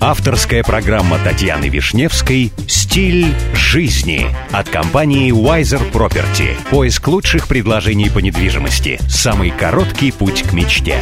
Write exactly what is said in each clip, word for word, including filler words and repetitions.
Авторская программа Татьяны Вишневской «Стиль жизни» от компании Wiser Property. Поиск лучших предложений по недвижимости. Самый короткий путь к мечте.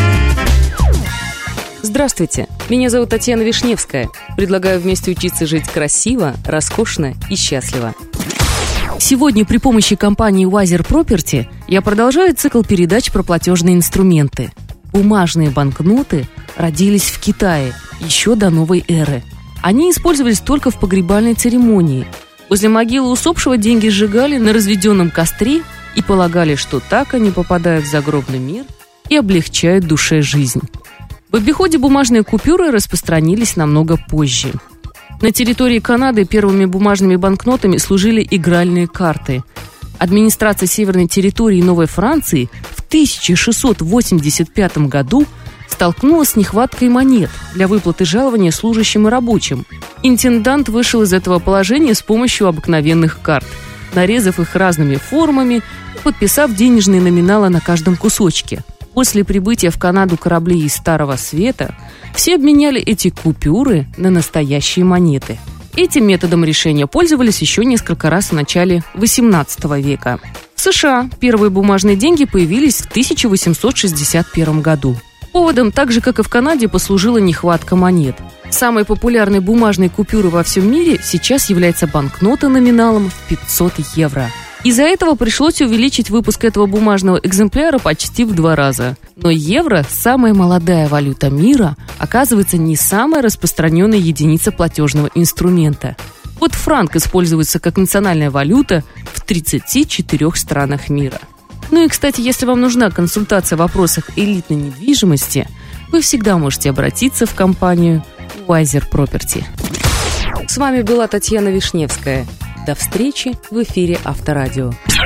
Здравствуйте, меня зовут Татьяна Вишневская. Предлагаю вместе учиться жить красиво, роскошно и счастливо. Сегодня при помощи компании Wiser Property я продолжаю цикл передач про платежные инструменты. Бумажные банкноты родились в Китае еще до новой эры. Они использовались только в погребальной церемонии. Возле могилы усопшего деньги сжигали на разведенном костре и полагали, что так они попадают в загробный мир и облегчают душе жизнь. В обиходе бумажные купюры распространились намного позже. На территории Канады первыми бумажными банкнотами служили игральные карты. Администрация Северной территории Новой Франции в тысяча шестьсот восемьдесят пятом году столкнулась с нехваткой монет для выплаты жалования служащим и рабочим. Интендант вышел из этого положения с помощью обыкновенных карт, нарезав их разными формами и подписав денежные номиналы на каждом кусочке. После прибытия в Канаду кораблей из Старого Света все обменяли эти купюры на настоящие монеты. Этим методом решения пользовались еще несколько раз в начале восемнадцатого века. В США первые бумажные деньги появились в тысяча восемьсот шестьдесят первом году. Поводом, так же как и в Канаде, послужила нехватка монет. Самой популярной бумажной купюрой во всем мире сейчас является банкнота номиналом в пятьсот евро. Из-за этого пришлось увеличить выпуск этого бумажного экземпляра почти в два раза. Но евро, самая молодая валюта мира, оказывается не самая распространенная единица платежного инструмента. Вот франк используется как национальная валюта в тридцати четырёх странах мира. Ну и, кстати, если вам нужна консультация в вопросах элитной недвижимости, вы всегда можете обратиться в компанию Wiser Property. С вами была Татьяна Вишневская. До встречи в эфире Авторадио.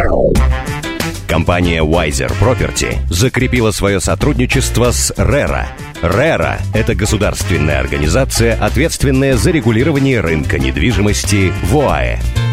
Компания Wiser Property закрепила свое сотрудничество с рера. рера – это государственная организация, ответственная за регулирование рынка недвижимости в ОАЭ.